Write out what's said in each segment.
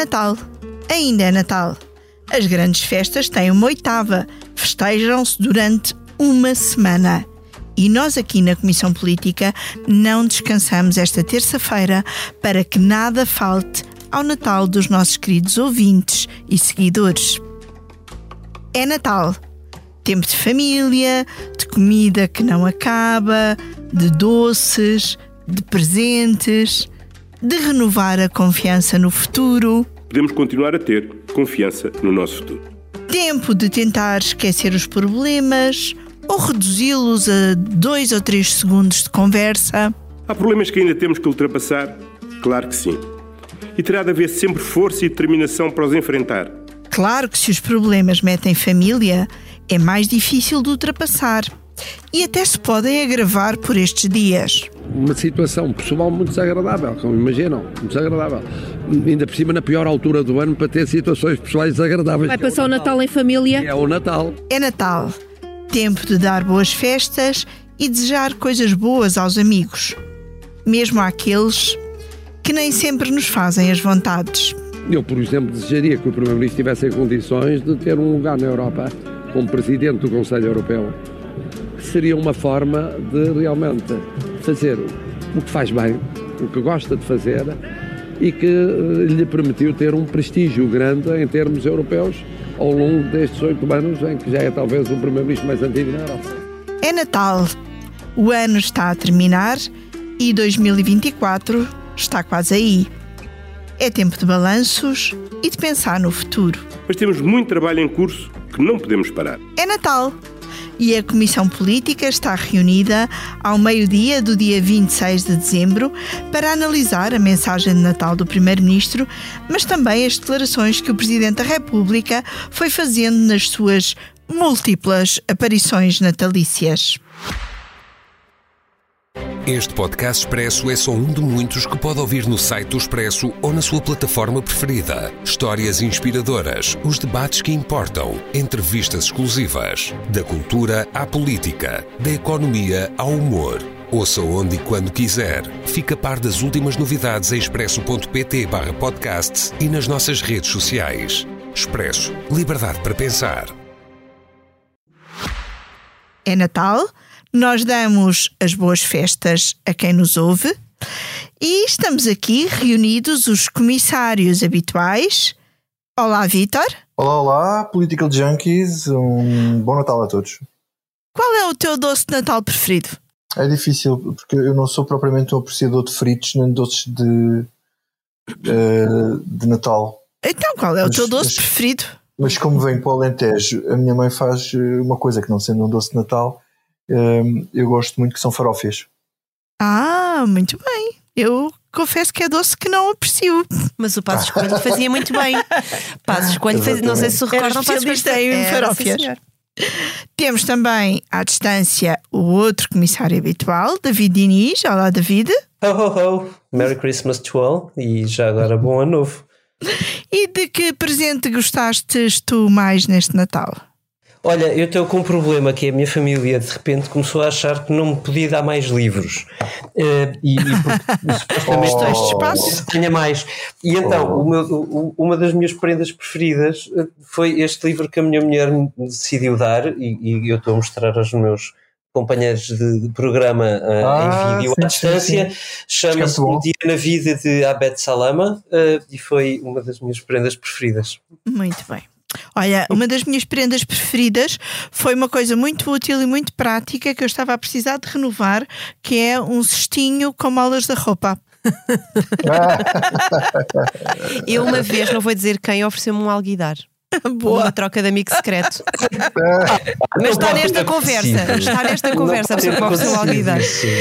Natal. Ainda é Natal. As grandes festas têm uma oitava. Festejam-se durante uma semana. E nós aqui na Comissão Política não descansamos esta terça-feira para que nada falte ao Natal dos nossos queridos ouvintes e seguidores. É Natal. Tempo de família, de comida que não acaba, de doces, de presentes, de renovar a confiança no futuro. Podemos continuar a ter confiança no nosso futuro. Tempo de tentar esquecer os problemas ou reduzi-los a 2 ou 3 segundos de conversa. Há problemas que ainda temos que ultrapassar? Claro que sim. E terá de haver sempre força e determinação para os enfrentar. Claro que se os problemas metem família, é mais difícil de ultrapassar. E até se podem agravar por estes dias. Uma situação pessoal muito desagradável, como imaginam, muito desagradável. Ainda por cima na pior altura do ano para ter situações pessoais desagradáveis. Vai passar o Natal em família? É o Natal. É Natal. Tempo de dar boas festas e desejar coisas boas aos amigos. Mesmo àqueles que nem sempre nos fazem as vontades. Eu, por exemplo, desejaria que o Primeiro-Ministro tivesse em condições de ter um lugar na Europa como Presidente do Conselho Europeu. Seria uma forma de realmente fazer o que faz bem, o que gosta de fazer e que lhe permitiu ter um prestígio grande em termos europeus ao longo destes 8 anos em que já é talvez o Primeiro-Ministro mais antigo na Europa. É Natal. O ano está a terminar e 2024 está quase aí. É tempo de balanços e de pensar no futuro. Mas temos muito trabalho em curso que não podemos parar. É Natal. E a Comissão Política está reunida ao meio-dia do dia 26 de dezembro para analisar a mensagem de Natal do Primeiro-Ministro, mas também as declarações que o Presidente da República foi fazendo nas suas múltiplas aparições natalícias. Este podcast Expresso é só um de muitos que pode ouvir no site do Expresso ou na sua plataforma preferida. Histórias inspiradoras, os debates que importam, entrevistas exclusivas. Da cultura à política, da economia ao humor. Ouça onde e quando quiser. Fica a par das últimas novidades em expresso.pt/podcast e nas nossas redes sociais. Expresso. Liberdade para pensar. É Natal. Nós damos as boas festas a quem nos ouve e estamos aqui reunidos os comissários habituais. Olá, Vítor. Olá, olá, Political Junkies, um bom Natal a todos. Qual é o teu doce de Natal preferido? É difícil, porque eu não sou propriamente um apreciador de fritos nem de doces de Natal. Então, qual é o teu doce preferido? Mas como venho para o Alentejo, a minha mãe faz uma coisa que não sendo um doce de Natal, eu gosto muito, que são farófias. Ah, muito bem. Eu confesso que é doce que não aprecio. Mas o Passos Coelho fazia muito bem. Passos Coelho fazia, não sei se recordam, Passos Coelho em farófias. Temos também à distância o outro comissário habitual, David Diniz. Olá, David. Ho, ho, ho. Merry Christmas to all e já agora bom ano novo. E de que presente gostastes tu mais neste Natal? Olha, eu estou com um problema que a minha família de repente começou a achar que não me podia dar mais livros e supostamente este espaço tenha mais. E então uma das minhas prendas preferidas foi este livro que a minha mulher me decidiu dar e eu estou a mostrar aos meus companheiros de programa em vídeo à distância. Chama-se Um Dia na Vida de Abed Salama e foi uma das minhas prendas preferidas. Muito bem. Olha, uma das minhas prendas preferidas foi uma coisa muito útil e muito prática que eu estava a precisar de renovar, que é um cestinho com molas da roupa. Eu uma vez, não vou dizer quem, ofereceu-me um alguidar. Boa. Uma troca de amigo secreto. Mas está nesta conversa. Está nesta conversa a pessoa que ofereceu um alguidar.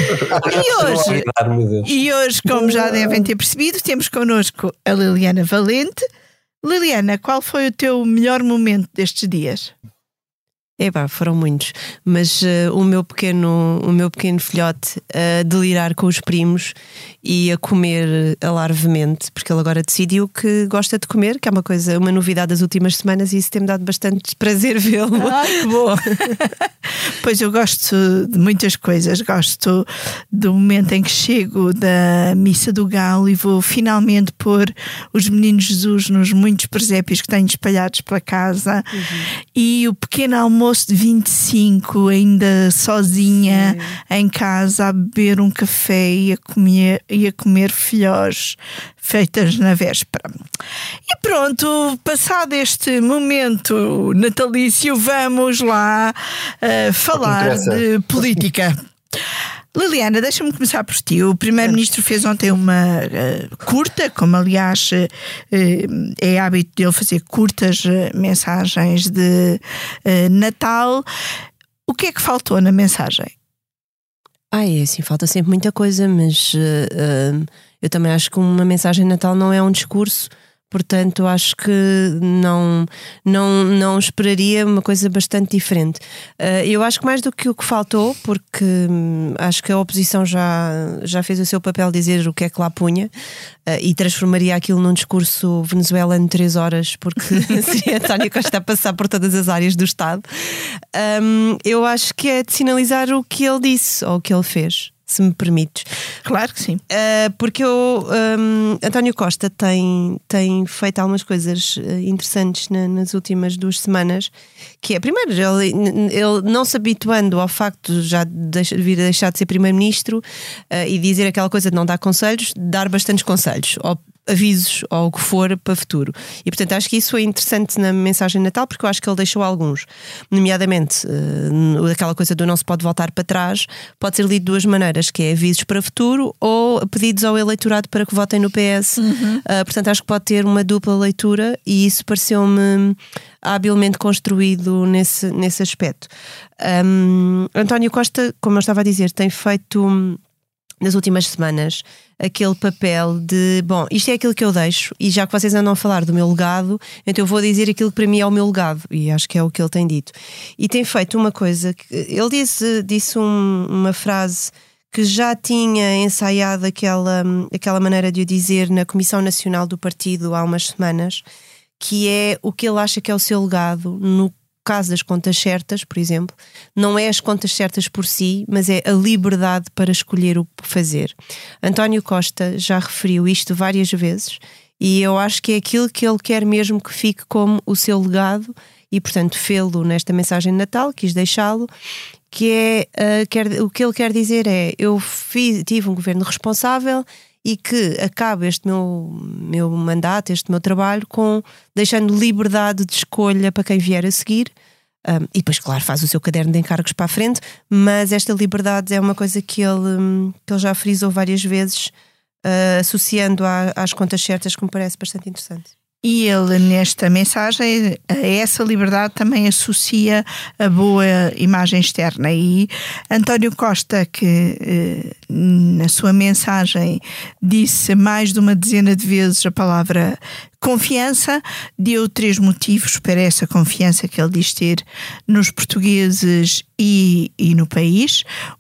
E hoje, como já devem ter percebido, temos connosco a Liliana Valente. Liliana, qual foi o teu melhor momento destes dias? Foram muitos, mas o meu pequeno filhote a delirar com os primos e a comer alarvemente, porque ele agora decidiu que gosta de comer, que é uma novidade das últimas semanas, e isso tem-me dado bastante prazer vê-lo. Que bom! Pois eu gosto de muitas coisas, gosto do momento em que chego da Missa do Galo e vou finalmente pôr os meninos Jesus nos muitos presépios que tenho espalhados pela casa, e o pequeno almoço de 25, ainda sozinha em casa, a beber um café e a comer filhós feitas na véspera. E pronto, passado este momento natalício, vamos lá falar de política. Liliana, deixa-me começar por ti. O Primeiro-Ministro fez ontem uma curta, como aliás é hábito dele fazer curtas mensagens de Natal. O que é que faltou na mensagem? Assim, falta sempre muita coisa, mas eu também acho que uma mensagem de Natal não é um discurso. Portanto, acho que não esperaria uma coisa bastante diferente. Eu acho que mais do que o que faltou, porque acho que a oposição já fez o seu papel de dizer o que é que lá punha, e transformaria aquilo num discurso venezuelano de 3 horas, porque seria António Costa a passar por todas as áreas do Estado. Eu acho que é de sinalizar o que ele disse ou o que ele fez, se me permites. Claro que sim. Porque António Costa tem feito algumas coisas interessantes nas últimas 2 semanas, que é, primeiro, ele não se habituando ao facto de já vir a deixar de ser Primeiro-Ministro e dizer aquela coisa de não dar conselhos, dar bastantes conselhos, ou avisos ou o que for para o futuro. E portanto acho que isso é interessante na mensagem de Natal, porque eu acho que ele deixou alguns, nomeadamente aquela coisa do não se pode voltar para trás, pode ser lido de 2 maneiras, que é avisos para o futuro ou pedidos ao eleitorado para que votem no PS. Portanto acho que pode ter uma dupla leitura, e isso pareceu-me habilmente construído nesse aspecto. António Costa, como eu estava a dizer, tem feito nas últimas semanas aquele papel de, bom, isto é aquilo que eu deixo, e já que vocês andam a falar do meu legado, então eu vou dizer aquilo que para mim é o meu legado, e acho que é o que ele tem dito. E tem feito uma coisa que ele disse uma frase que já tinha ensaiado aquela maneira de o dizer na Comissão Nacional do Partido há umas semanas, que é o que ele acha que é o seu legado no caso das contas certas, por exemplo. Não é as contas certas por si, mas é a liberdade para escolher o que fazer. António Costa já referiu isto várias vezes, e eu acho que é aquilo que ele quer mesmo que fique como o seu legado, e portanto fê-lo nesta mensagem de Natal, quis deixá-lo, que é o que ele quer dizer é: eu tive um governo responsável e que acabe este meu mandato, este meu trabalho, deixando liberdade de escolha para quem vier a seguir. E depois, claro, faz o seu caderno de encargos para a frente, mas esta liberdade é uma coisa que ele já frisou várias vezes, associando às contas certas, que me parece bastante interessante. E ele, nesta mensagem, a essa liberdade também associa a boa imagem externa. E António Costa, que na sua mensagem disse mais de uma dezena de vezes a palavra confiança, deu 3 motivos para essa confiança que ele diz ter nos portugueses e no país.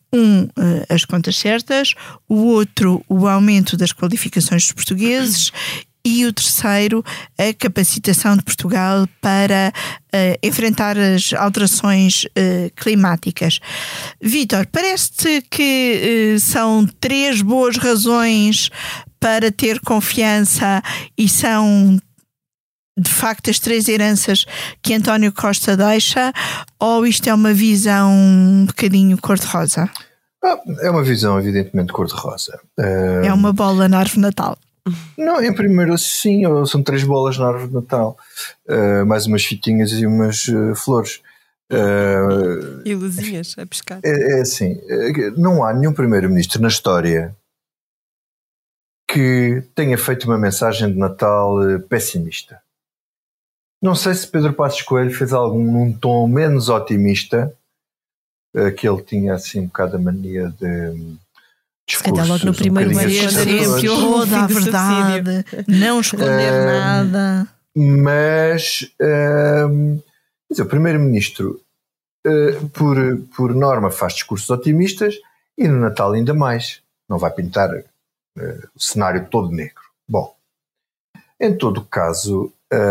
As contas certas; o outro, o aumento das qualificações dos portugueses; e o terceiro, a capacitação de Portugal para enfrentar as alterações climáticas. Vítor, parece-te que são 3 boas razões para ter confiança, e são de facto as 3 heranças que António Costa deixa, ou isto é uma visão um bocadinho cor-de-rosa? É uma visão evidentemente cor-de-rosa. É uma bola na árvore de Natal. Não, em primeiro sim, são 3 bolas na árvore de Natal, mais umas fitinhas e umas flores. E luzinhas a pescar. É assim, não há nenhum primeiro-ministro na história que tenha feito uma mensagem de Natal pessimista. Não sei se Pedro Passos Coelho fez algum num tom menos otimista, que ele tinha assim um bocado a mania de discursos, logo no primeiro ano sempre toda a verdade, não esconder nada. Mas o primeiro-ministro por norma faz discursos otimistas e no Natal ainda mais. Não vai pintar o cenário todo negro. Bom, em todo caso,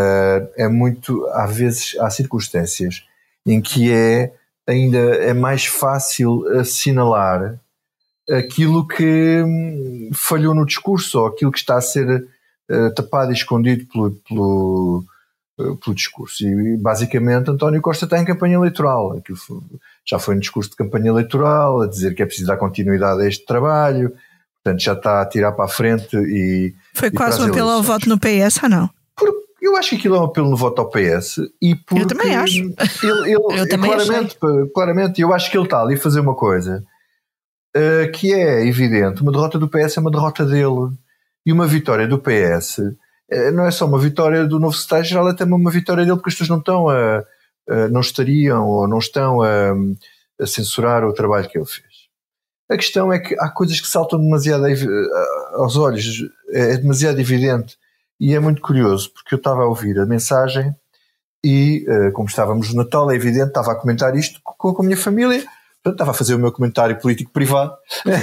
às vezes há circunstâncias em que ainda é mais fácil assinalar aquilo que falhou no discurso ou aquilo que está a ser tapado e escondido pelo discurso. E basicamente António Costa está em campanha eleitoral. Já foi um discurso de campanha eleitoral a dizer que é preciso dar continuidade a este trabalho, portanto já está a tirar para a frente e... Foi quase um apelo ao voto no PS ou não? Eu acho que aquilo é um apelo no voto ao PS e porque... Eu também acho. Eu também claramente, eu acho que ele está ali a fazer uma coisa que é evidente. Uma derrota do PS é uma derrota dele. E uma vitória do PS não é só uma vitória do novo secretário-geral, é também uma vitória dele, porque as pessoas não estariam ou não estão a censurar o trabalho que ele fez. A questão é que há coisas que saltam demasiado aos olhos, é demasiado evidente. E é muito curioso, porque eu estava a ouvir a mensagem e, como estávamos no Natal, é evidente, estava a comentar isto com a minha família, portanto, estava a fazer o meu comentário político privado.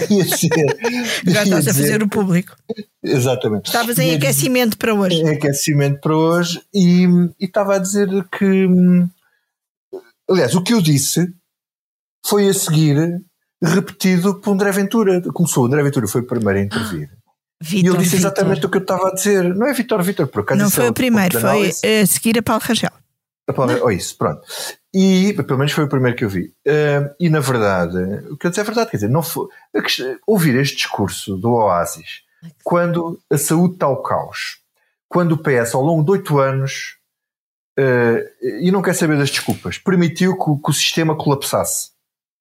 Já estás a fazer o público. Exatamente. Estavas em aquecimento para hoje. Em aquecimento para hoje e estava a dizer que... Aliás, o que eu disse foi a seguir repetido por André Ventura. Começou, André Ventura foi o primeiro a intervir. E ele disse exatamente o que eu estava a dizer. Não é Vítor, por acaso. Não foi o primeiro, foi a seguir a Paulo Rangel. Isso, pronto. E pelo menos foi o primeiro que eu vi. E na verdade, o que eu disse é verdade, quer dizer, não foi, ouvir este discurso do Oasis, quando a saúde está ao caos, quando o PS ao longo de 8 anos, e não quer saber das desculpas, permitiu que o sistema colapsasse.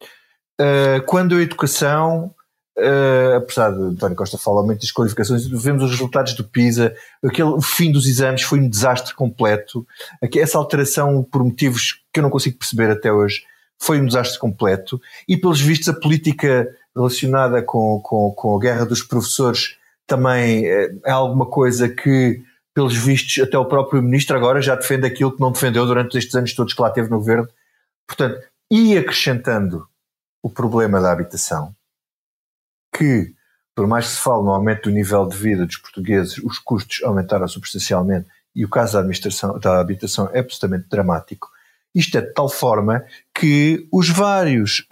Quando a educação... apesar de António Costa falar aumento das qualificações, vemos os resultados do PISA, o fim dos exames foi um desastre completo, essa alteração por motivos que eu não consigo perceber até hoje foi um desastre completo, e pelos vistos a política relacionada com a guerra dos professores também é alguma coisa que, pelos vistos, até o próprio ministro agora já defende aquilo que não defendeu durante estes anos todos que lá teve no governo. Portanto, e acrescentando o problema da habitação, que, por mais que se fale no aumento do nível de vida dos portugueses, os custos aumentaram substancialmente e o caso da habitação é absolutamente dramático. Isto é de tal forma que os vários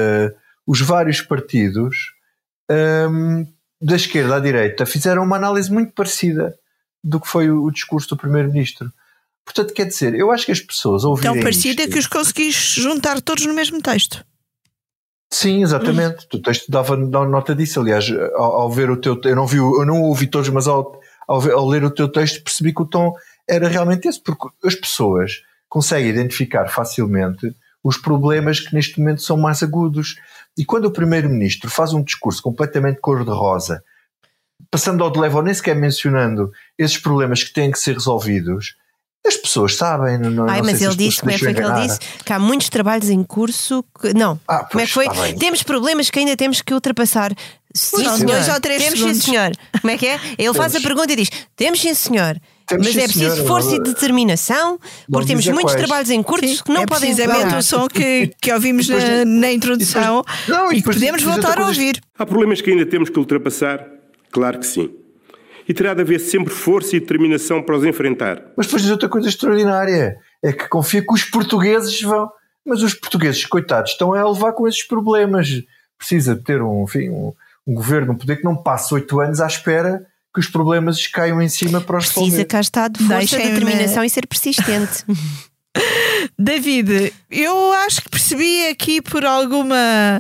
partidos da esquerda à direita fizeram uma análise muito parecida do que foi o discurso do Primeiro-Ministro. Portanto, quer dizer, eu acho que as pessoas ouvirem tão parecida que os conseguis juntar todos no mesmo texto. Sim, exatamente. O texto dava nota disso. Aliás, ao ver o teu texto, eu não ouvi todos, mas ao ler o teu texto percebi que o tom era realmente esse, porque as pessoas conseguem identificar facilmente os problemas que neste momento são mais agudos. E quando o Primeiro-Ministro faz um discurso completamente cor-de-rosa, passando ao de leve ou nem sequer mencionando esses problemas que têm que ser resolvidos, as pessoas sabem. Mas ele disse, como é que foi que ele disse? Que há muitos trabalhos em curso como é que foi? Temos problemas que ainda temos que ultrapassar. Sim, senhor. 2 ou 3 temos, sim, senhor. Como é que é? Ele faz a pergunta e diz: temos, sim, senhor. Mas é preciso força e determinação, porque temos muitos trabalhos em curso que não podem ser. Precisamente o som que ouvimos na introdução e que podemos voltar a ouvir. Há problemas que ainda temos que ultrapassar? Claro que sim. E terá de haver sempre força e determinação para os enfrentar. Mas depois diz outra coisa extraordinária, é que confia que os portugueses vão... Mas os portugueses, coitados, estão a levar com esses problemas. Precisa de ter um governo, um poder que não passe 8 anos à espera que os problemas caiam em cima para os resolver. Precisa cá estar de força, determinação e ser persistente. David, eu acho que percebi aqui por alguma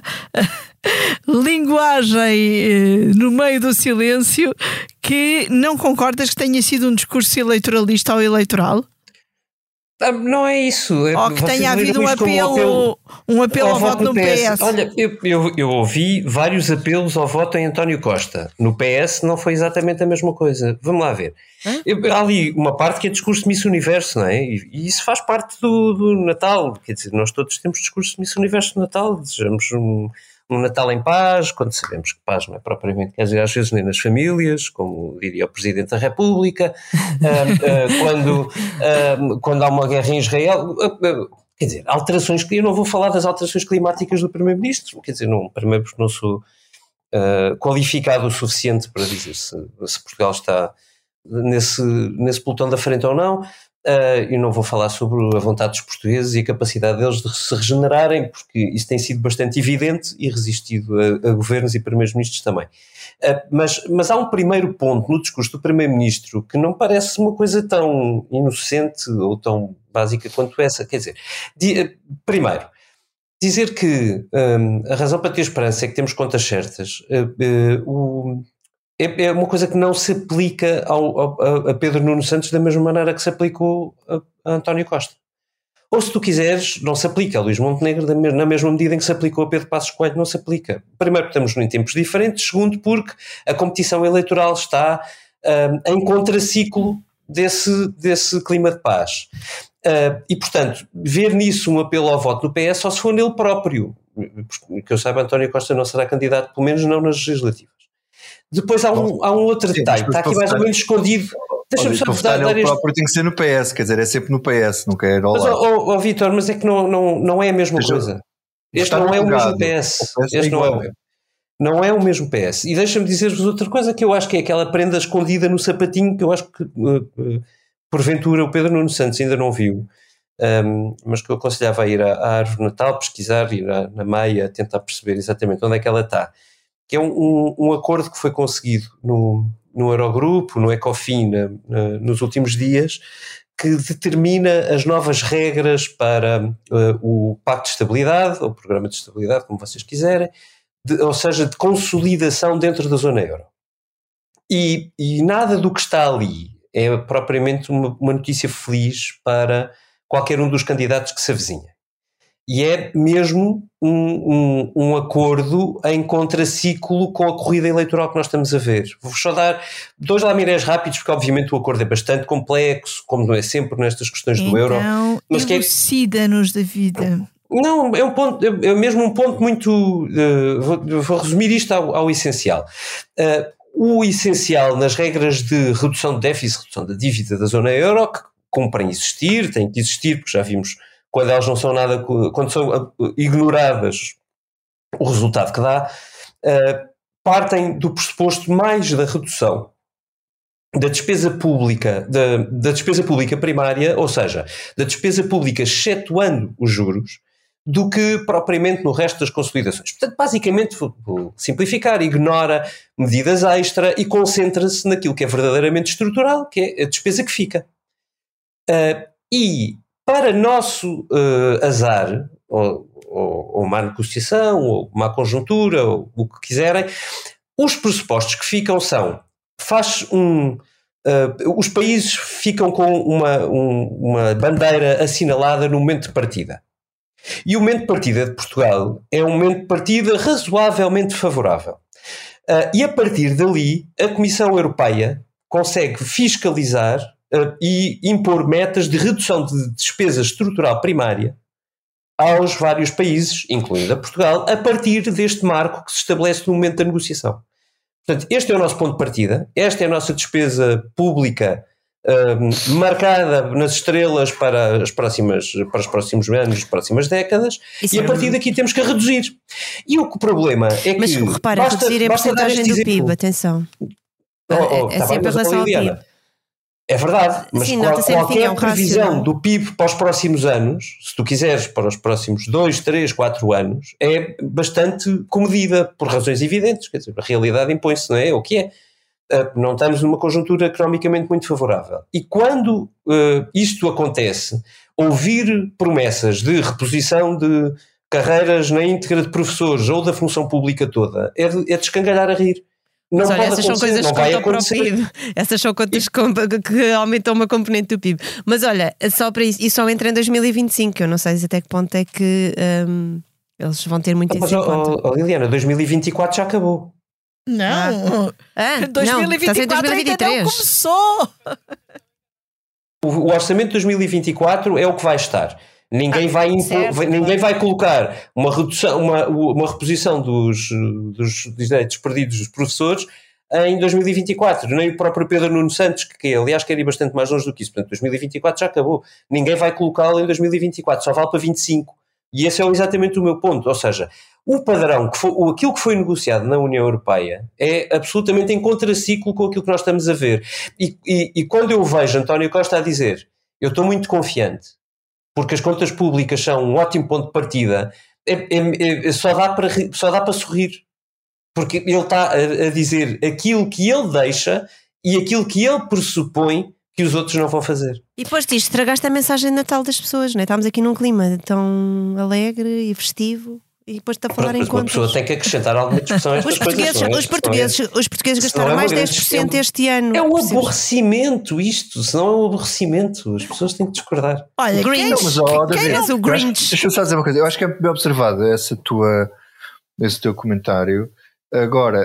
linguagem no meio do silêncio que não concordas que tenha sido um discurso eleitoralista ou eleitoral? Não é isso. Ou que tenha havido um apelo ao voto no PS. Olha, eu ouvi vários apelos ao voto em António Costa. No PS não foi exatamente a mesma coisa. Vamos lá ver. Há ali uma parte que é discurso de Miss Universo, não é? E isso faz parte do Natal. Quer dizer, nós todos temos discurso de Miss Universo no Natal. Desejamos um Natal em paz, quando sabemos que paz não é propriamente, quer dizer, às vezes nem nas famílias, como diria o Presidente da República, quando há uma guerra em Israel, quer dizer, alterações, eu não vou falar das alterações climáticas do Primeiro-Ministro, quer dizer, primeiro porque não sou qualificado o suficiente para dizer se Portugal está nesse pelotão da frente ou não. Eu não vou falar sobre a vontade dos portugueses e a capacidade deles de se regenerarem, porque isso tem sido bastante evidente e resistido a governos e primeiros-ministros também. Mas há um primeiro ponto no discurso do primeiro-ministro que não parece uma coisa tão inocente ou tão básica quanto essa. Quer dizer, primeiro, dizer que a razão para ter esperança é que temos contas certas. É uma coisa que não se aplica a Pedro Nuno Santos da mesma maneira que se aplicou a António Costa. Ou, se tu quiseres, não se aplica a Luís Montenegro na mesma medida em que se aplicou a Pedro Passos Coelho, não se aplica. Primeiro, porque estamos em tempos diferentes. Segundo, porque a competição eleitoral está em contraciclo desse clima de paz. E, portanto, ver nisso um apelo ao voto do PS só se for nele próprio. Que eu saiba, António Costa não será candidato, pelo menos não nas legislativas. Depois há um outro detalhe, está aqui mais ou menos escondido. Deixa-me só dar ele próprio tem que ser no PS, quer dizer, é sempre no PS, não quer ao lado. Mas, Vítor, mas é que não é a mesma coisa. Este não é o mesmo PS. Este não é o mesmo PS. E deixa-me dizer-vos outra coisa, que eu acho que é aquela prenda escondida no sapatinho, que eu acho que, porventura, o Pedro Nuno Santos ainda não viu, mas que eu aconselhava a ir à árvore de Natal, pesquisar, ir na meia, tentar perceber exatamente onde é que ela está. Que é um acordo que foi conseguido no Eurogrupo, no Ecofin, nos últimos dias, que determina as novas regras para o Pacto de Estabilidade, ou o Programa de Estabilidade, como vocês quiserem, ou seja, de consolidação dentro da zona euro. E nada do que está ali é propriamente uma notícia feliz para qualquer um dos candidatos que se avizinha. E é mesmo um acordo em contraciclo com a corrida eleitoral que nós estamos a ver. Vou-vos só dar 2 lamirés rápidos, porque obviamente o acordo é bastante complexo, como não é sempre nestas questões do euro. Mas elucida-nos da vida. Não, é mesmo um ponto muito... vou resumir isto ao essencial. O essencial nas regras de redução de déficit, redução da dívida da zona euro, que cumprem existir, têm que existir, porque já vimos... Quando elas não são nada, quando são ignoradas, o resultado que dá, partem do pressuposto mais da redução da despesa pública, da despesa pública primária, ou seja, da despesa pública excetuando os juros, do que propriamente no resto das consolidações. Portanto, basicamente, vou simplificar, ignora medidas extra e concentra-se naquilo que é verdadeiramente estrutural, que é a despesa que fica. E para nosso azar, ou má negociação, ou má conjuntura, ou o que quiserem, os pressupostos que ficam são, os países ficam com uma bandeira assinalada no momento de partida. E o momento de partida de Portugal é um momento de partida razoavelmente favorável. E a partir dali, a Comissão Europeia consegue fiscalizar e impor metas de redução de despesa estrutural primária aos vários países, incluindo a Portugal, a partir deste marco que se estabelece no momento da negociação. Portanto, este é o nosso ponto de partida, esta é a nossa despesa pública marcada nas estrelas para os próximos anos, as próximas décadas, e a partir daqui temos que reduzir. E o problema é que... Mas repara, reduzir é a porcentagem do PIB, atenção. É sempre em relação ao PIB. É verdade, mas sim, qualquer previsão do PIB para os próximos anos, se tu quiseres para os próximos 2, 3, 4 anos, é bastante comedida, por razões evidentes, quer dizer, a realidade impõe-se, não é? O que é? Não estamos numa conjuntura economicamente muito favorável. E quando isto acontece, ouvir promessas de reposição de carreiras na íntegra de professores ou da função pública toda é de escangalhar a rir. Não mas olha, essas são coisas que contam para o PIB. Essas são contas que aumentam uma componente do PIB. Mas olha, só para isso só entra em 2025. Eu não sei até que ponto é que eles vão ter muito isso em conta. Liliana, 2024 já acabou. Não, 2024 ainda não começou. O orçamento de 2024 é o que vai estar. Ninguém vai colocar uma redução, uma reposição dos direitos perdidos dos professores em 2024, nem o próprio Pedro Nuno Santos, que aliás quer ir bastante mais longe do que isso. Portanto, 2024 já acabou. Ninguém vai colocá-lo em 2024, só vale para 25. E esse é exatamente o meu ponto. Ou seja, o padrão, aquilo que foi negociado na União Europeia é absolutamente em contraciclo com aquilo que nós estamos a ver. E quando eu vejo António Costa a dizer, eu estou muito confiante, porque as contas públicas são um ótimo ponto de partida, só dá para sorrir. Porque ele está a dizer aquilo que ele deixa e aquilo que ele pressupõe que os outros não vão fazer. E depois disto, estragaste a mensagem de Natal das pessoas, não é? Estamos aqui num clima tão alegre e festivo e depois está a falar em contas. Uma pessoa tem que acrescentar alguma discussão a estas coisas. Os portugueses gastaram mais 10% este ano. É um aborrecimento isto, senão é um aborrecimento. As pessoas têm que discordar. Olha, Grinch. Quem é o Grinch? Deixa-me só dizer uma coisa. Eu acho que é bem observado esse teu comentário. Agora,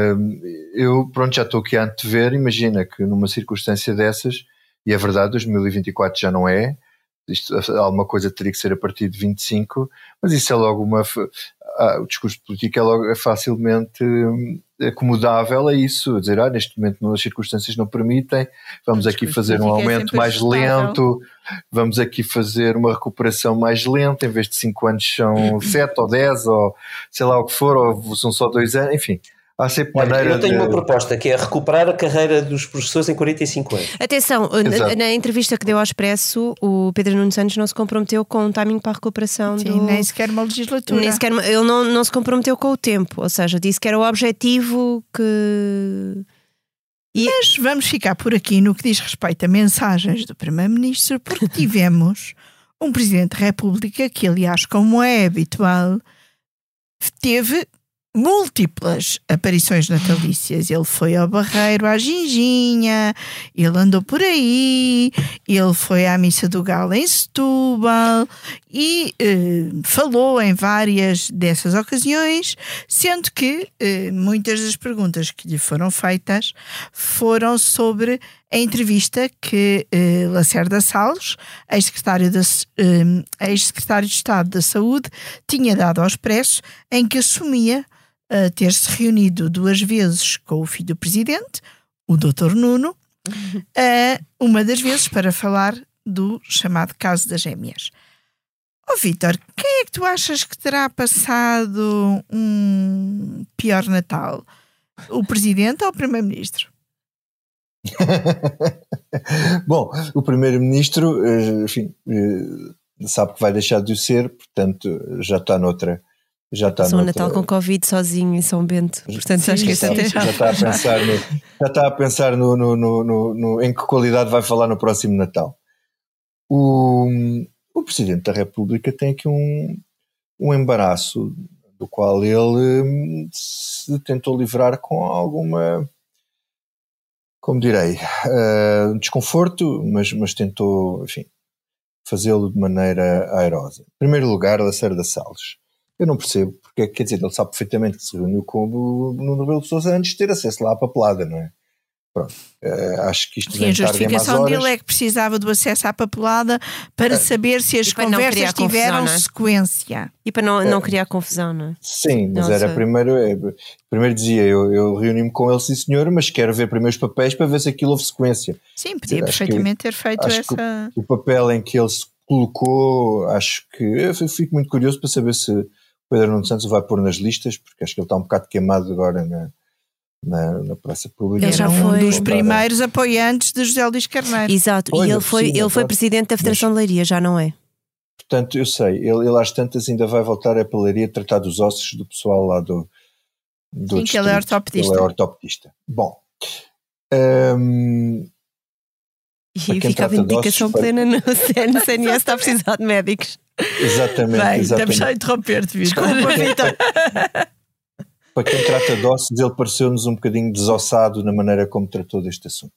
eu já estou aqui a antever, imagina que numa circunstância dessas, e é verdade, 2024 já não é, alguma coisa teria que ser a partir de 25, mas isso é logo o discurso político é facilmente acomodável a isso, a dizer, neste momento as circunstâncias não permitem, vamos aqui fazer um aumento mais lento, vamos aqui fazer uma recuperação mais lenta, em vez de 5 anos são 7 ou 10, ou sei lá o que for, ou são só 2 anos, enfim. Há sempre maneira. Eu tenho uma proposta que é recuperar a carreira dos professores em 45 anos. Atenção, na entrevista que deu ao Expresso, o Pedro Nuno Santos não se comprometeu com um timing para a recuperação. Nem sequer uma legislatura. Ele não se comprometeu com o tempo, ou seja, disse que era o objetivo que... Mas vamos ficar por aqui no que diz respeito a mensagens do Primeiro-Ministro, porque tivemos um Presidente da República que, aliás, como é habitual, teve múltiplas aparições natalícias. Ele foi ao Barreiro, à Ginginha, ele andou por aí, ele foi à Missa do Galo em Setúbal e falou em várias dessas ocasiões, sendo que muitas das perguntas que lhe foram feitas foram sobre a entrevista que Lacerda Salles, ex-secretário de Estado da Saúde, tinha dado ao Expresso, em que assumia ter-se reunido 2 vezes com o filho do Presidente, o Dr. Nuno, uma das vezes para falar do chamado caso das gêmeas. Vítor, quem é que tu achas que terá passado um pior Natal? O Presidente ou o Primeiro-Ministro? Bom, o Primeiro-Ministro, enfim, sabe que vai deixar de o ser, portanto já está noutra. Passou um Natal com Covid sozinho em São Bento, portanto acho que isso até já está a pensar em que qualidade vai falar no próximo Natal. O Presidente da República tem aqui um embaraço do qual ele se tentou livrar com alguma, como direi, desconforto, mas tentou, enfim, fazê-lo de maneira airosa. Em primeiro lugar, Lacerda Salles. Eu não percebo, porque quer dizer, ele sabe perfeitamente que se reuniu com o Nuno Rebelo de Sousa antes de ter acesso lá à papelada, não é? Pronto, acho que isto vem tarde em mais horas. A justificação dele é que precisava do acesso à papelada para saber se as conversas tiveram sequência. E para não criar confusão, não é? Sim, mas era primeiro dizia, eu reuni-me com ele, sim senhor, mas quero ver primeiro os papéis para ver se aquilo houve sequência. Sim, podia perfeitamente ter feito essa... O papel em que ele se colocou, acho que... Eu fico muito curioso para saber se Pedro Nuno Santos vai pôr nas listas, porque acho que ele está um bocado queimado agora na praça pública. Ele já foi um dos primeiros apoiantes de José Luís Carneiro. Exato, e ele foi presidente da Federação de Leiria, já não é? Portanto, eu sei, ele às tantas ainda vai voltar a Leiria tratar dos ossos do pessoal lá do Sim, que ele é ortopedista. Ele é ortopedista. Bom. E fica a vindicação plena no CNS, está a precisar de médicos. Exatamente. Bem, exatamente. estamos a interromper-te, Vitor. Desculpa, Vitor. Para quem trata de ossos, ele pareceu-nos um bocadinho desossado na maneira como tratou deste assunto.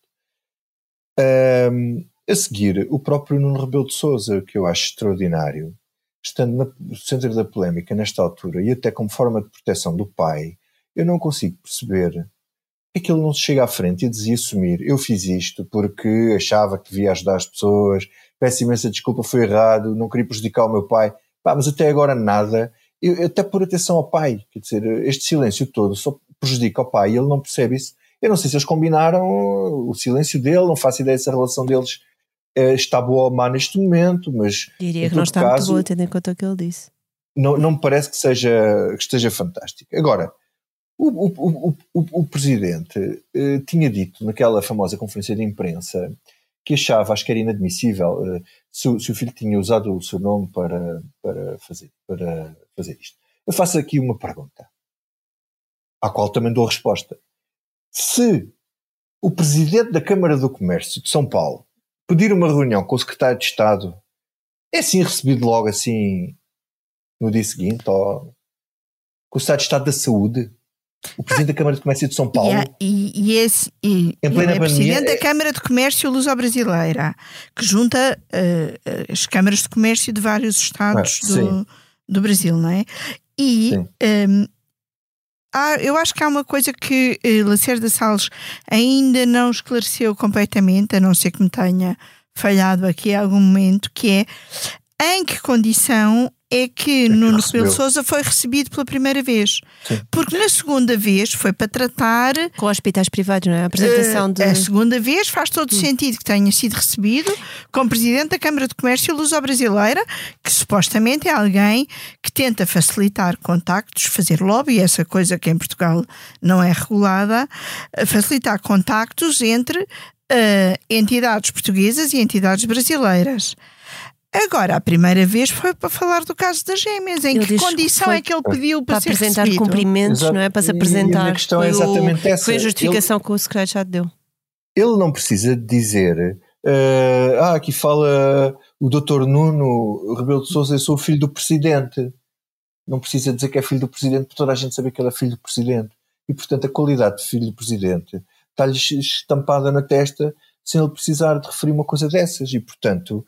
A seguir, o próprio Nuno Rebelo de Sousa, que eu acho extraordinário, estando no centro da polémica nesta altura e até como forma de proteção do pai, eu não consigo perceber é que ele não se chega à frente e dizia assumir, eu fiz isto porque achava que devia ajudar as pessoas, peço imensa desculpa, foi errado, não queria prejudicar o meu pai, mas até agora nada, até por atenção ao pai, quer dizer, este silêncio todo só prejudica ao pai e ele não percebe isso, Eu não sei se eles combinaram o silêncio dele, não faço ideia se a relação deles está boa ou má neste momento, mas diria que não está muito boa, tendo em conta o que ele disse. Não me parece que esteja fantástico. Agora, o Presidente tinha dito naquela famosa conferência de imprensa que achava, acho que era inadmissível, se o filho tinha usado o seu nome para fazer isto. Eu faço aqui uma pergunta, à qual também dou resposta. Se o Presidente da Câmara do Comércio de São Paulo pedir uma reunião com o Secretário de Estado, é assim recebido logo assim no dia seguinte, ou com o Secretário de Estado da Saúde, o Presidente da Câmara de Comércio de São Paulo, em plena Presidente da Câmara de Comércio Luso-Brasileira, que junta as câmaras de comércio de vários estados do Brasil, não é? E eu acho que há uma coisa que Lacerda Salles ainda não esclareceu completamente, a não ser que me tenha falhado aqui em algum momento, que é em que condição é que Nuno Rebelo de Sousa foi recebido pela primeira vez. Sim. Porque na segunda vez foi para tratar... Com hospitais privados, não é? A apresentação A segunda vez faz todo o sentido que tenha sido recebido como Presidente da Câmara de Comércio Luso-Brasileira, que supostamente é alguém que tenta facilitar contactos, fazer lobby, essa coisa que em Portugal não é regulada, facilitar contactos entre entidades portuguesas e entidades brasileiras. Agora, a primeira vez foi para falar do caso das gêmeas. Em que condição é que ele pediu para ser apresentar recebido? Cumprimentos, não é? Para se apresentar. E a questão é exatamente essa. Foi a justificação que o secretário já deu. Ele não precisa dizer aqui fala o Dr. Nuno Rebelo de Sousa, eu sou o filho do Presidente. Não precisa dizer que é filho do Presidente, para toda a gente saber que ele é filho do Presidente. E, portanto, a qualidade de filho do Presidente está-lhe estampada na testa sem ele precisar de referir uma coisa dessas. E, portanto...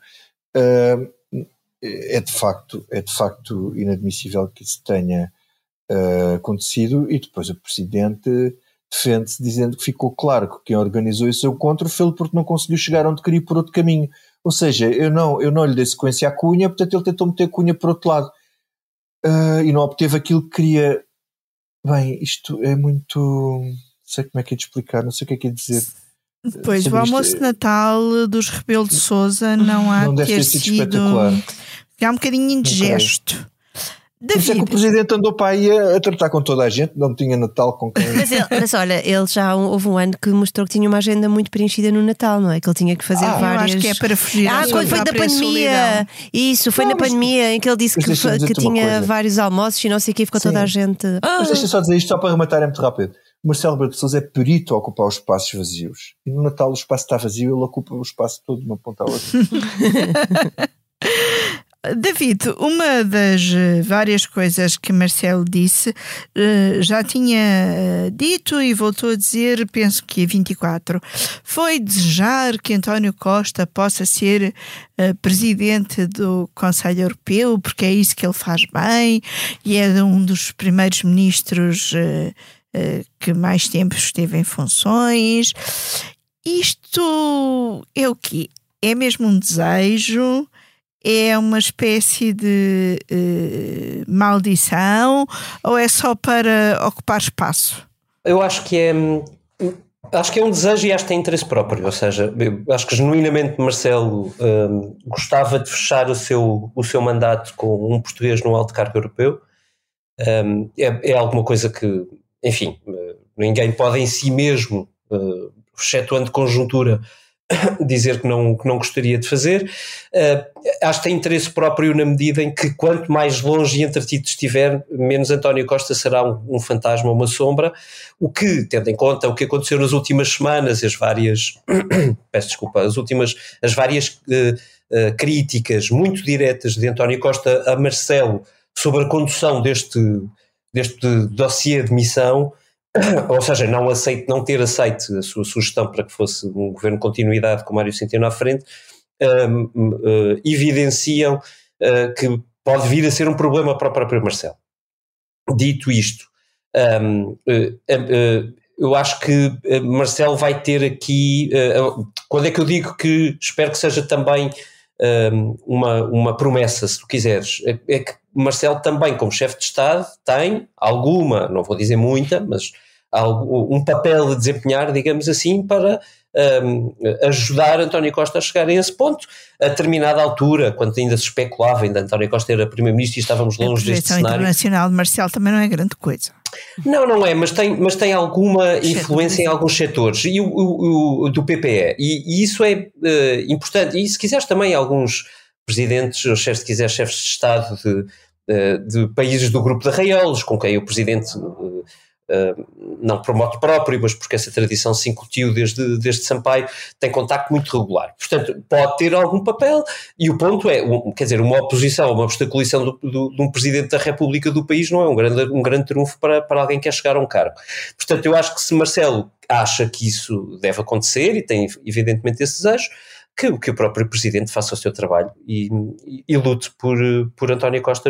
é de facto inadmissível que isso tenha acontecido, e depois o Presidente defende-se dizendo que ficou claro que quem organizou esse encontro fez porque não conseguiu chegar onde queria por outro caminho. Ou seja, eu não lhe dei sequência à Cunha, portanto ele tentou meter a Cunha por outro lado e não obteve aquilo que queria. Bem, isto é muito... não sei como é que é de explicar, não sei o que é que é de dizer. Depois, o almoço de Natal dos Rebelo de Sousa não deve ter sido espetacular. É um bocadinho indigesto. Por isso é que o Presidente andou para aí a tratar com toda a gente, não tinha Natal com quem... Mas olha, ele já houve um ano que mostrou que tinha uma agenda muito preenchida no Natal, não é? Que ele tinha que fazer várias... Eu acho que é para fugir quando foi da pandemia. Isso, foi na pandemia em que ele disse que tinha vários almoços e não sei o que, ficou toda a gente... Mas deixa só dizer isto, só para rematar, é muito rápido. O Marcelo Rebelo de Sousa é perito a ocupar os espaços vazios. E no Natal o espaço está vazio, ele ocupa o espaço todo de uma ponta à outra. David, uma das várias coisas que Marcelo disse, já tinha dito e voltou a dizer, penso que a 24, foi desejar que António Costa possa ser presidente do Conselho Europeu, porque é isso que ele faz bem, e é um dos primeiros ministros que mais tempo esteve em funções. Isto é o quê? É mesmo um desejo? É uma espécie de maldição? Ou é só para ocupar espaço? Eu acho que é um desejo e acho que tem interesse próprio. Ou seja, eu acho que genuinamente Marcelo gostava de fechar o seu mandato com um português no alto cargo europeu. É alguma coisa que, enfim, ninguém pode em si mesmo, excetuando conjuntura, dizer que não gostaria de fazer. Acho que tem interesse próprio na medida em que quanto mais longe e entretido estiver, menos António Costa será um fantasma ou uma sombra, o que, tendo em conta o que aconteceu nas últimas semanas, as várias críticas muito diretas de António Costa a Marcelo sobre a condução deste dossiê de missão, ou seja, não ter aceito a sua sugestão para que fosse um governo de continuidade com Mário Centeno à frente, evidenciam que pode vir a ser um problema para o próprio Marcelo. Dito isto, eu acho que Marcelo vai ter aqui, quando é que eu digo que espero que seja também uma promessa, se tu quiseres, é que Marcelo também, como chefe de Estado, tem alguma, não vou dizer muita, mas um papel a desempenhar, digamos assim, para ajudar António Costa a chegar a esse ponto. A determinada altura, quando ainda se especulava, ainda António Costa era primeiro-ministro e estávamos longe deste cenário. A projeção internacional de Marcelo também não é grande coisa. Não é, mas tem alguma influência em alguns setores, e o do PPE, e isso é importante. E se quiseres também alguns presidentes, ou se quiseres chefes de Estado de países do grupo de arraiolos, com quem o presidente não por modo próprio, mas porque essa tradição se incutiu desde Sampaio, tem contacto muito regular. Portanto, pode ter algum papel, e o ponto é, quer dizer, uma oposição, uma obstaculização de um presidente da República do país não é um grande trunfo para alguém que quer chegar a um cargo. Portanto, eu acho que se Marcelo acha que isso deve acontecer, e tem evidentemente esse desejo, que o próprio Presidente faça o seu trabalho e lute por António Costa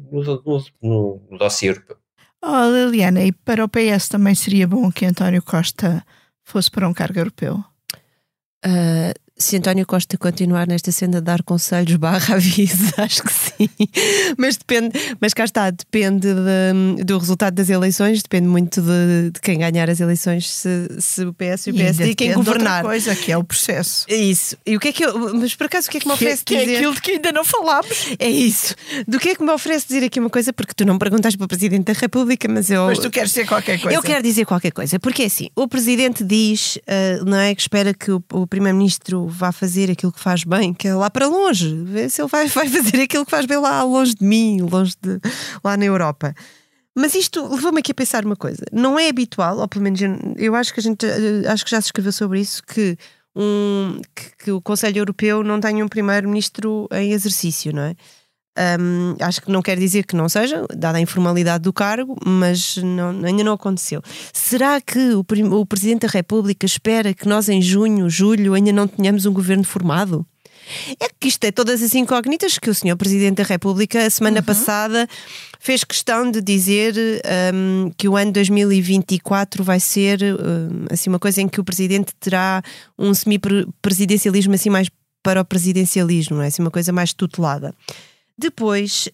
no dossiê europeu. Liliana, e para o PS também seria bom que António Costa fosse para um cargo europeu? Se António Costa continuar nesta senda de dar conselhos /aviso, acho que sim. Mas cá está, depende do resultado das eleições, depende muito de quem ganhar as eleições, se o PS e o PSD e quem governar. Outra coisa, que é o processo. É isso. E o que é que mas por acaso o que é que me oferece dizer? É aquilo de que ainda não falámos. É isso. Do que é que me oferece dizer aqui uma coisa? Porque tu não me perguntaste para o Presidente da República, mas tu queres dizer qualquer coisa. Eu quero dizer qualquer coisa, porque é assim, o Presidente diz, não é, que espera que o Primeiro-Ministro vá fazer aquilo que faz bem, que é lá para longe, ver se ele vai fazer aquilo que faz bem lá longe de mim, lá na Europa. Mas isto levou-me aqui a pensar uma coisa. Não é habitual, ou pelo menos eu acho que acho que já se escreveu sobre isso, que o Conselho Europeu não tenha um Primeiro-Ministro em exercício, não é? Acho que não quer dizer que não seja, dada a informalidade do cargo, mas ainda não aconteceu. Será que o Presidente da República espera que nós em junho, julho ainda não tenhamos um governo formado? É que isto é todas as incógnitas que o Sr. Presidente da República a semana passada fez questão de dizer que o ano 2024 vai ser assim, uma coisa em que o Presidente terá um semi-presidencialismo assim mais para o presidencialismo, não é? Assim, uma coisa mais tutelada. Depois,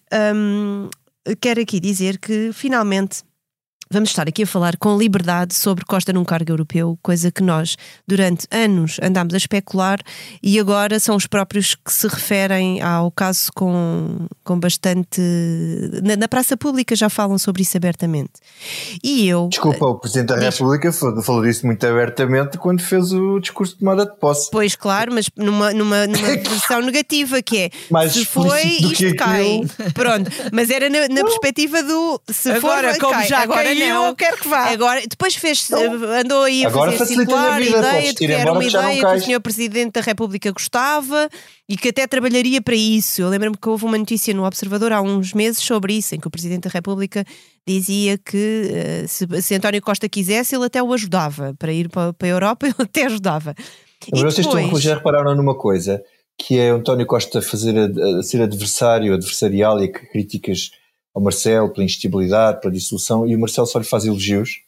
quero aqui dizer que finalmente vamos estar aqui a falar com liberdade sobre Costa num cargo europeu, coisa que nós durante anos andámos a especular e agora são os próprios que se referem ao caso com bastante... Na praça pública já falam sobre isso abertamente. E eu... Desculpa, o Presidente da República falou disso muito abertamente quando fez o discurso de tomada de posse. Pois claro, mas numa versão negativa, que é mais se foi, isto cai. Pronto, mas era na perspectiva do se agora, for, como cai. já agora caiu, não. Eu quero que vá. Agora, depois andou aí a fazer circular a ideia de que era uma ideia que o Sr. Presidente da República gostava e que até trabalharia para isso. Eu lembro-me que houve uma notícia no Observador há uns meses sobre isso, em que o Presidente da República dizia que se António Costa quisesse, ele até o ajudava para ir para a Europa, ele até ajudava. Mas vocês já repararam numa coisa, que é António Costa ser adversarial e críticas ao Marcelo pela instabilidade, pela dissolução, e o Marcelo só lhe faz elogios?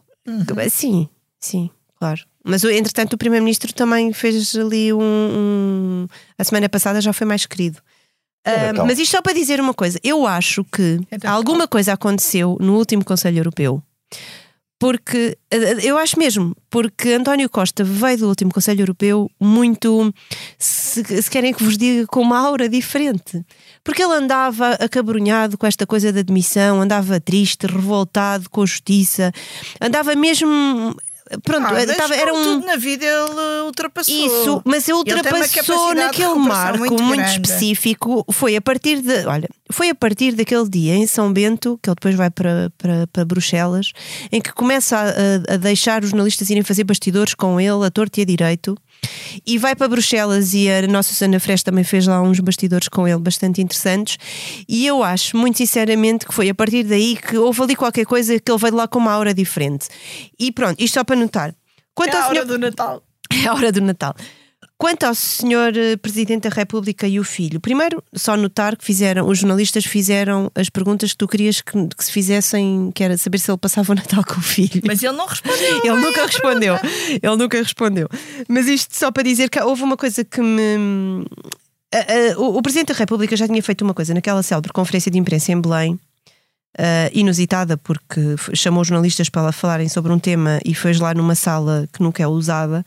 Sim, claro. Mas entretanto o Primeiro-Ministro também fez ali a semana passada já foi mais querido. Mas isto só para dizer uma coisa, eu acho que alguma coisa aconteceu no último Conselho Europeu, porque eu acho mesmo, porque António Costa veio do último Conselho Europeu muito, se querem que vos diga, com uma aura diferente, porque ele andava acabrunhado com esta coisa da demissão, andava triste, revoltado com a justiça, andava mesmo... Pronto, era tudo na vida ele ultrapassou. Isso, mas ele ultrapassou naquele marco muito específico. Foi a partir daquele dia em São Bento, que ele depois vai para Bruxelas, em que começa a deixar os jornalistas irem fazer bastidores com ele, a torto e a direito, e vai para Bruxelas, e a nossa Susana Fresh também fez lá uns bastidores com ele bastante interessantes, e eu acho muito sinceramente que foi a partir daí que houve ali qualquer coisa que ele veio lá com uma aura diferente. E pronto, isto só para notar. É a hora do Natal. É a hora do Natal. Quanto ao Sr. Presidente da República e o filho, primeiro só notar que os jornalistas fizeram as perguntas que tu querias que se fizessem, que era saber se ele passava o Natal com o filho. Mas ele não respondeu. Ele nunca respondeu. Mas isto só para dizer que houve uma coisa que me... O Presidente da República já tinha feito uma coisa naquela célebre conferência de imprensa em Belém, inusitada, porque chamou jornalistas para falarem sobre um tema e fez lá numa sala que nunca é usada.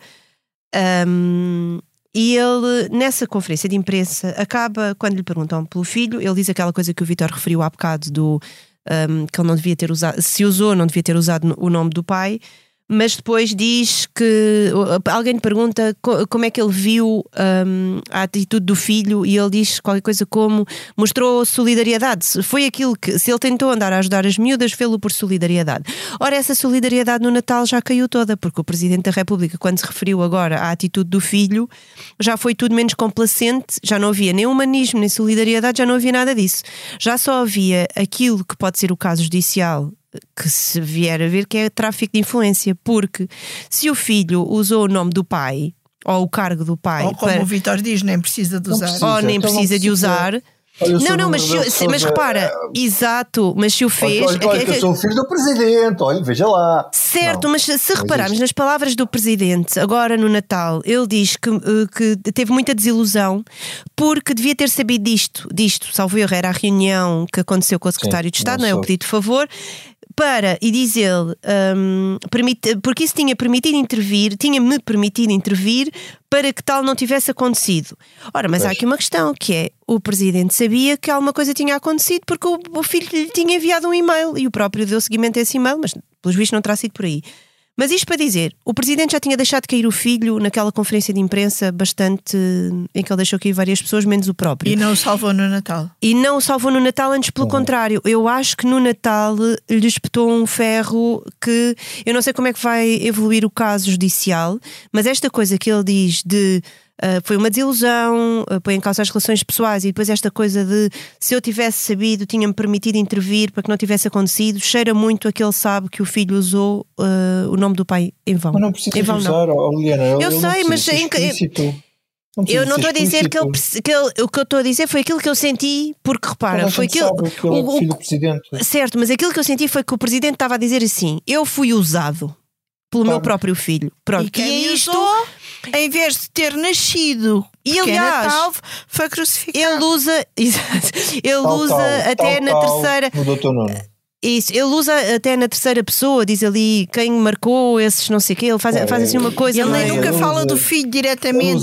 E ele, nessa conferência de imprensa, acaba, quando lhe perguntam pelo filho, ele diz aquela coisa que o Vítor referiu há bocado, que ele não devia ter usado, se usou, não devia ter usado o nome do pai. Mas depois diz que alguém lhe pergunta como é que ele viu a atitude do filho, e ele diz qualquer coisa como mostrou solidariedade. Foi aquilo que, se ele tentou andar a ajudar as miúdas, fê-lo por solidariedade. Ora, essa solidariedade no Natal já caiu toda, porque o Presidente da República, quando se referiu agora à atitude do filho, já foi tudo menos complacente, já não havia nem humanismo, nem solidariedade, já não havia nada disso. Já só havia aquilo que pode ser o caso judicial, que se vier a ver, que é tráfico de influência, porque se o filho usou o nome do pai ou o cargo do pai, ou como o Vítor diz, nem precisa de usar, ou nem precisa de usar. Não, mas repara, exato, mas se o fez. Olha, que eu sou o filho do Presidente, olha, veja lá. Certo, não, mas se repararmos nas palavras do Presidente, agora no Natal, ele diz que teve muita desilusão porque devia ter sabido disto, salvo erro, era a reunião que aconteceu com o Secretário de Estado, não é o pedido de favor. E diz ele, porque isso tinha-me permitido intervir para que tal não tivesse acontecido. Ora, mas há aqui uma questão, que é, o Presidente sabia que alguma coisa tinha acontecido porque o filho lhe tinha enviado um e-mail e o próprio deu seguimento a esse e-mail, mas pelos vistos não terá sido por aí. Mas isto para dizer, o Presidente já tinha deixado cair o filho naquela conferência de imprensa em que ele deixou cair várias pessoas, menos o próprio. E não o salvou no Natal. Antes pelo contrário. Eu acho que no Natal lhe espetou um ferro que... Eu não sei como é que vai evoluir o caso judicial, mas esta coisa que ele diz de... foi uma desilusão, põe em causa as relações pessoais, e depois esta coisa de se eu tivesse sabido, tinha-me permitido intervir para que não tivesse acontecido, cheira muito a que ele sabe que o filho usou o nome do pai em vão. Mas não precisa usar, Liliana. Eu sei, mas eu não estou a dizer que o que eu estou a dizer foi aquilo que eu senti, porque repara, foi aquilo. Que ele é filho do Presidente. Certo, mas aquilo que eu senti foi que o Presidente estava a dizer assim: eu fui usado pelo meu próprio filho. Pronto, e é isto. Em vez de ter nascido, e aliás, Natal foi crucificado. Ele usa até na terceira. Isso, ele usa até na terceira pessoa, diz ali quem marcou esses não sei o quê, ele faz assim uma coisa. Ele nem nunca fala do filho diretamente,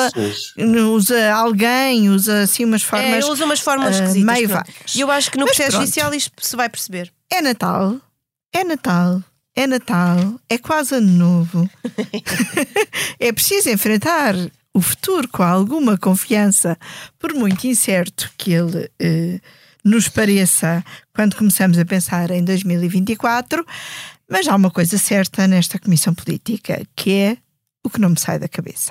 usa alguém, usa assim umas formas. Usa umas formas esquisitas. Meio vagas. E eu acho que no processo judicial isto se vai perceber. É Natal, é quase ano novo. É preciso enfrentar o futuro com alguma confiança, por muito incerto que ele nos pareça quando começamos a pensar em 2024, mas há uma coisa certa nesta comissão política, que é o que não me sai da cabeça.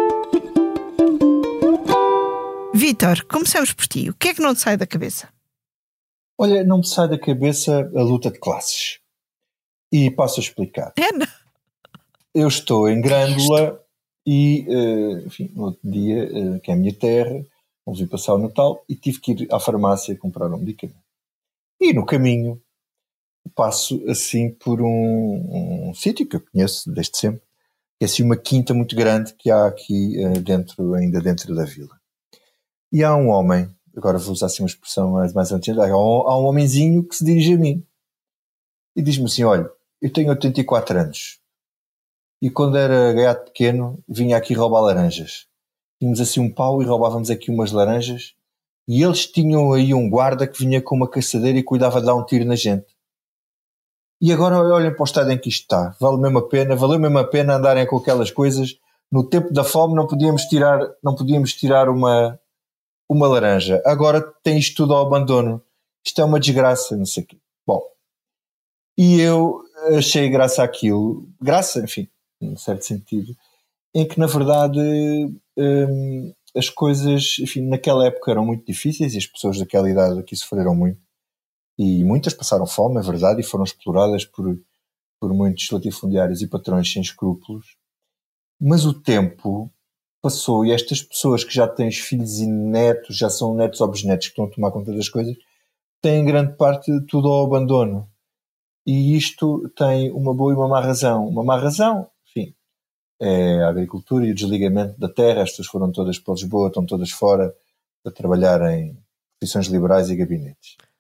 Vítor, começamos por ti. O que é que não te sai da cabeça? Olha, não me sai da cabeça a luta de classes. E passo a explicar. Eu estou em Grândola e, enfim, no outro dia, que é a minha terra, vamos ir passar o Natal e tive que ir à farmácia comprar um medicamento. E no caminho passo assim por um sítio que eu conheço desde sempre, que é assim uma quinta muito grande que há aqui ainda dentro da vila. E há um homem, agora vou usar assim uma expressão mais antiga, há um homenzinho que se dirige a mim e diz-me assim: olha, eu tenho 84 anos e quando era gaiato pequeno vinha aqui roubar laranjas. Tínhamos assim um pau e roubávamos aqui umas laranjas e eles tinham aí um guarda que vinha com uma caçadeira e cuidava de dar um tiro na gente. E agora olhem para o estado em que isto está. Valeu mesmo a pena andarem com aquelas coisas. No tempo da fome não podíamos tirar uma laranja. Agora tem isto tudo ao abandono. Isto é uma desgraça, não sei o quê. Bom, e eu achei graça àquilo. Graça, enfim, num certo sentido. Em que, na verdade, as coisas, enfim, naquela época eram muito difíceis e as pessoas daquela idade aqui sofreram muito. E muitas passaram fome, é verdade, e foram exploradas por muitos latifundiários e patrões sem escrúpulos. Mas o tempo passou e estas pessoas que já têm os filhos e netos, já são netos ou bisnetos que estão a tomar conta das coisas, têm grande parte de tudo ao abandono. E isto tem uma boa e uma má razão. Uma má razão, enfim, é a agricultura e o desligamento da terra. As pessoas foram todas para Lisboa, estão todas fora para trabalhar em posições liberais e gabinetes.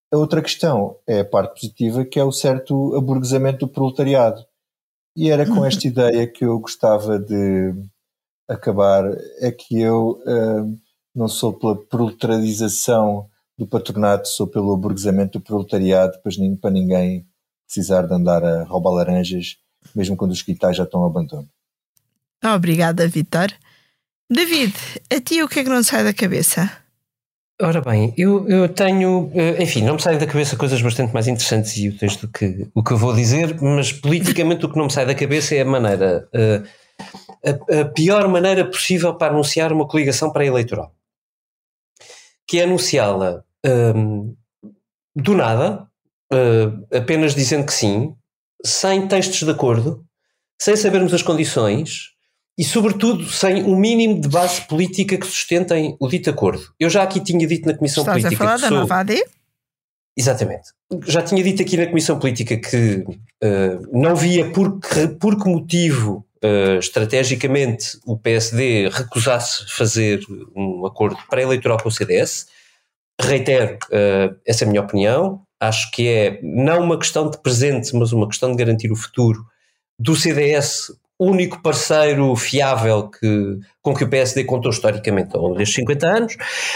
A outra questão é a parte positiva, que é o certo aburguesamento do proletariado. E era com esta ideia que eu gostava de acabar, é que eu não sou pela proletarização do patronato, sou pelo aburguesamento do proletariado, para ninguém precisar de andar a roubar laranjas, mesmo quando os quintais já estão ao abandono. Obrigada, Vítor. David, a ti o que é que não sai da cabeça? Ora bem, eu tenho, enfim, não me saem da cabeça coisas bastante mais interessantes e úteis do que o que eu vou dizer, mas politicamente o que não me sai da cabeça é a maneira, a pior maneira possível para anunciar uma coligação pré-eleitoral, que é anunciá-la do nada, apenas dizendo que sim, sem textos de acordo, sem sabermos as condições e, sobretudo, sem um mínimo de base política que sustentem o dito acordo. Eu já aqui tinha dito na Comissão Política... Estás a falar da nova AD? Exatamente. Já tinha dito aqui na Comissão Política que não via por que motivo estrategicamente o PSD recusasse fazer um acordo pré-eleitoral com o CDS. Reitero essa minha opinião. Acho que é não uma questão de presente, mas uma questão de garantir o futuro do CDS, único parceiro fiável com que o PSD contou historicamente ao longo destes 50 anos.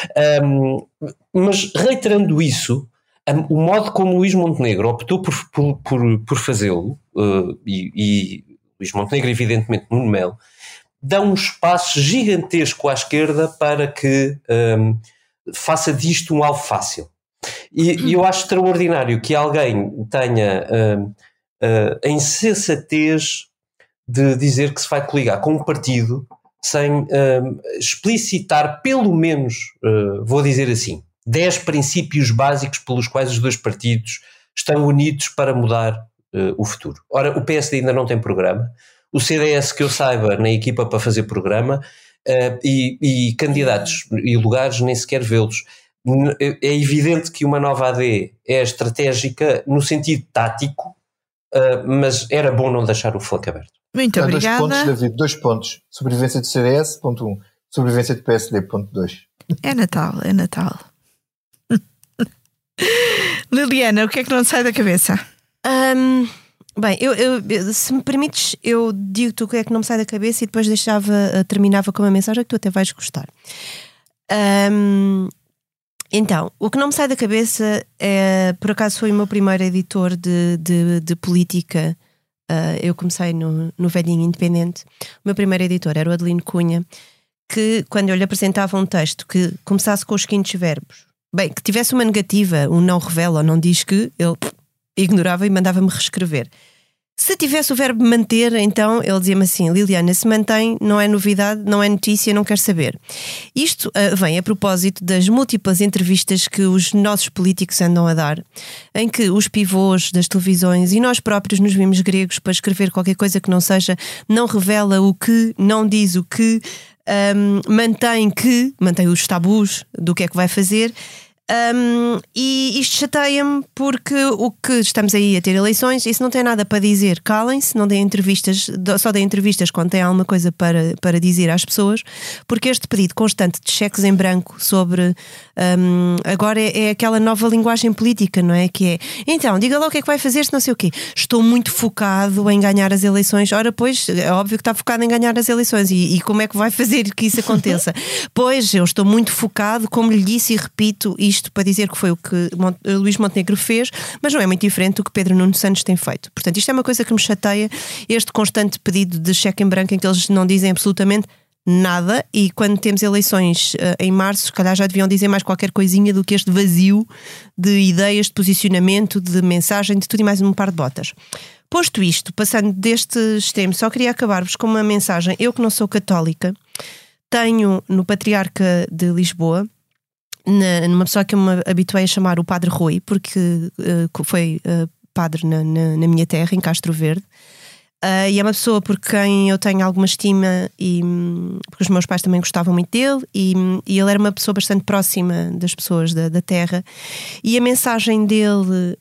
Mas reiterando isso, o modo como Luís Montenegro optou por fazê-lo, e Luís Montenegro evidentemente Nuno Melo, dá um espaço gigantesco à esquerda para que faça disto um alvo fácil. E eu acho extraordinário que alguém tenha a insensatez de dizer que se vai coligar com um partido sem explicitar pelo menos, vou dizer assim, 10 princípios básicos pelos quais os dois partidos estão unidos para mudar o futuro. Ora, o PSD ainda não tem programa, o CDS, que eu saiba, nem equipa para fazer programa, e candidatos e lugares nem sequer vê-los. É evidente que uma nova AD é estratégica no sentido tático, mas era bom não deixar o flanco aberto. Muito obrigada. 2 pontos, David, 2 pontos. Sobrevivência do CDS, ponto 1. Sobrevivência do PSD, ponto 2. É Natal, é Natal. Liliana, o que é que não sai da cabeça? Bem, se me permites, eu digo-te o que é que não me sai da cabeça e depois terminava com uma mensagem que tu até vais gostar. Então, o que não me sai da cabeça é, por acaso foi o meu primeiro editor de política. Eu comecei no Velhinho Independente. O meu primeiro editor era o Adelino Cunha, que quando eu lhe apresentava um texto que começasse com os seguintes verbos, bem, que tivesse uma negativa, um não revela ou não diz que, ele ignorava e mandava-me reescrever. Se tivesse o verbo manter, então ele dizia-me assim: Liliana, se mantém, não é novidade, não é notícia, não quer saber. Isto vem a propósito das múltiplas entrevistas que os nossos políticos andam a dar, em que os pivôs das televisões e nós próprios nos vimos gregos para escrever qualquer coisa que não seja, não revela o que, não diz o que, mantém os tabus do que é que vai fazer. E isto chateia-me porque o que estamos aí a ter eleições, isso não tem nada para dizer, calem-se, não deem entrevistas, só deem entrevistas quando têm alguma coisa para dizer às pessoas, porque este pedido constante de cheques em branco sobre agora é aquela nova linguagem política, não é? Que é, então, diga lá o que é que vai fazer se não sei o quê. Estou muito focado em ganhar as eleições. Ora, pois, é óbvio que está focado em ganhar as eleições e como é que vai fazer que isso aconteça? Pois, eu estou muito focado, como lhe disse e repito isto para dizer que foi o que Luís Montenegro fez, mas não é muito diferente do que Pedro Nuno Santos tem feito. Portanto, isto é uma coisa que me chateia, este constante pedido de cheque em branco em que eles não dizem absolutamente nada, e quando temos eleições em março, se calhar já deviam dizer mais qualquer coisinha do que este vazio de ideias, de posicionamento, de mensagem, de tudo e mais um par de botas. Posto isto, passando destes temas, só queria acabar-vos com uma mensagem. Eu que não sou católica, tenho no Patriarca de Lisboa numa pessoa que eu me habituei a chamar o Padre Rui, porque foi padre na minha terra, em Castro Verde, e é uma pessoa por quem eu tenho alguma estima, porque os meus pais também gostavam muito dele, e ele era uma pessoa bastante próxima das pessoas da terra, e a mensagem dele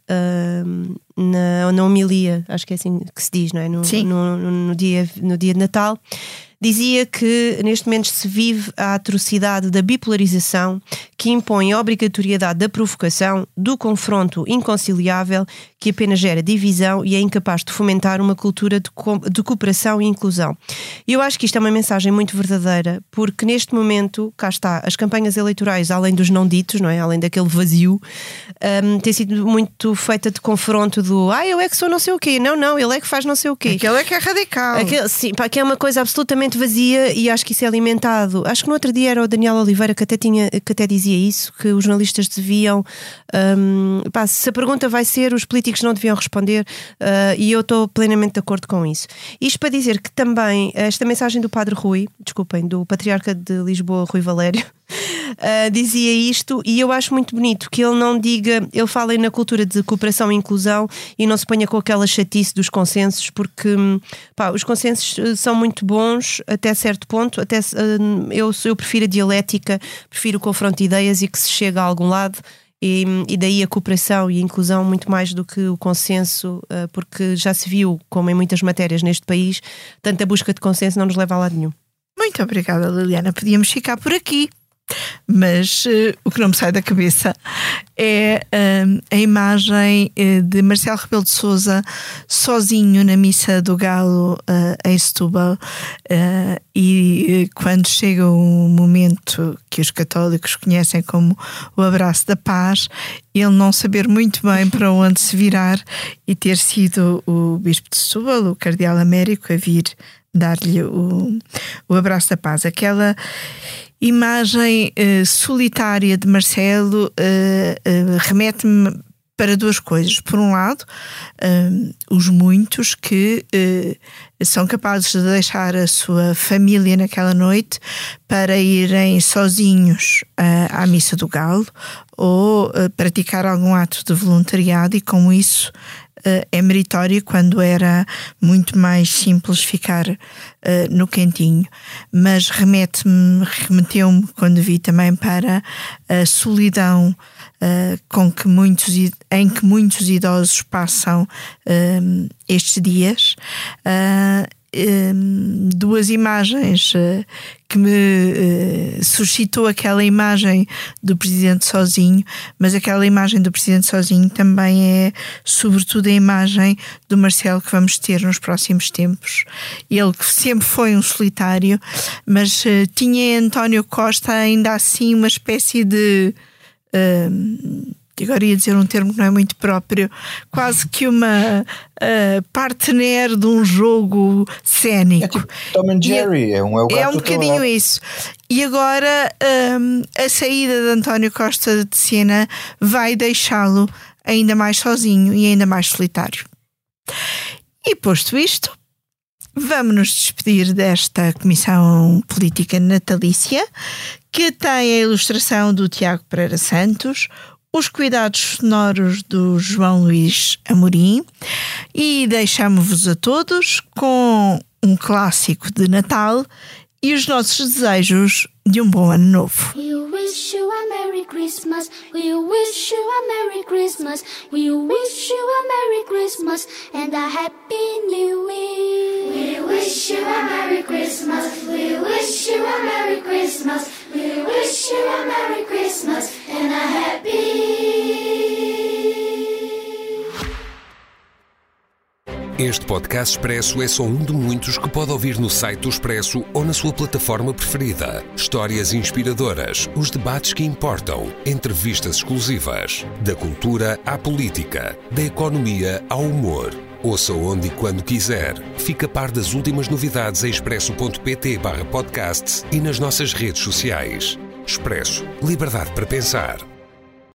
na homilia, acho que é assim que se diz, não é? No dia de Natal, dizia que neste momento se vive a atrocidade da bipolarização que impõe a obrigatoriedade da provocação, do confronto inconciliável que apenas gera divisão e é incapaz de fomentar uma cultura de cooperação e inclusão. E eu acho que isto é uma mensagem muito verdadeira, porque neste momento, cá está, as campanhas eleitorais, além dos não ditos, não é? Além daquele vazio, tem sido muito feita de confronto do eu é que sou não sei o quê, não, ele é que faz não sei o quê. Aquele é que é radical. Sim, que é uma coisa absolutamente vazia e acho que isso é alimentado. Acho que no outro dia era o Daniel Oliveira que até dizia isso, que os jornalistas deviam se a pergunta vai ser, os políticos não deviam responder, e eu estou plenamente de acordo com isso. Isto para dizer que também esta mensagem do Padre Rui, do Patriarca de Lisboa, Rui Valério, dizia isto, e eu acho muito bonito que ele não diga, ele fala na cultura de cooperação e inclusão e não se ponha com aquela chatice dos consensos, porque os consensos são muito bons até certo ponto, eu prefiro a dialética, prefiro o confronto de ideias e que se chegue a algum lado. E daí a cooperação e a inclusão muito mais do que o consenso, porque já se viu, como em muitas matérias neste país, tanta busca de consenso não nos leva a lado nenhum. Muito obrigada, Liliana. Podíamos ficar por aqui, mas o que não me sai da cabeça é a imagem de Marcelo Rebelo de Sousa sozinho na Missa do Galo em Setúbal, e quando chega o momento que os católicos conhecem como o abraço da paz, ele não saber muito bem para onde se virar e ter sido o Bispo de Setúbal, o Cardeal Américo, a vir dar-lhe o abraço da paz. Aquela imagem solitária de Marcelo remete-me para duas coisas. Por um lado, os muitos que são capazes de deixar a sua família naquela noite para irem sozinhos à Missa do Galo ou praticar algum ato de voluntariado, e com isso é meritório, quando era muito mais simples ficar no cantinho. Mas remeteu-me quando vi também para a solidão em que muitos idosos passam estes dias. Duas imagens que me suscitou aquela imagem do Presidente sozinho, mas aquela imagem do Presidente sozinho também é sobretudo a imagem do Marcelo que vamos ter nos próximos tempos. Ele que sempre foi um solitário, mas tinha em António Costa ainda assim uma espécie de agora ia dizer um termo que não é muito próprio, quase que uma partner de um jogo cénico. É tipo Tom and Jerry, é um bocadinho isso. E agora a saída de António Costa de cena vai deixá-lo ainda mais sozinho e ainda mais solitário. E posto isto, vamos-nos despedir desta Comissão Política Natalícia, que tem a ilustração do Tiago Pereira Santos, os cuidados sonoros do João Luís Amorim, e deixamos-vos a todos com um clássico de Natal e os nossos desejos de um bom ano novo. We wish you a Merry Christmas. We wish you a Merry Christmas. We wish you a Merry Christmas and a Happy New Year. We wish you a Merry Christmas. We wish you a Merry Christmas. We wish you a Merry Christmas and a Happy. Este podcast Expresso é só um de muitos que pode ouvir no site do Expresso ou na sua plataforma preferida. Histórias inspiradoras, os debates que importam, entrevistas exclusivas. Da cultura à política, da economia ao humor. Ouça onde e quando quiser. Fique a par das últimas novidades em expresso.pt/podcasts e nas nossas redes sociais. Expresso. Liberdade para pensar.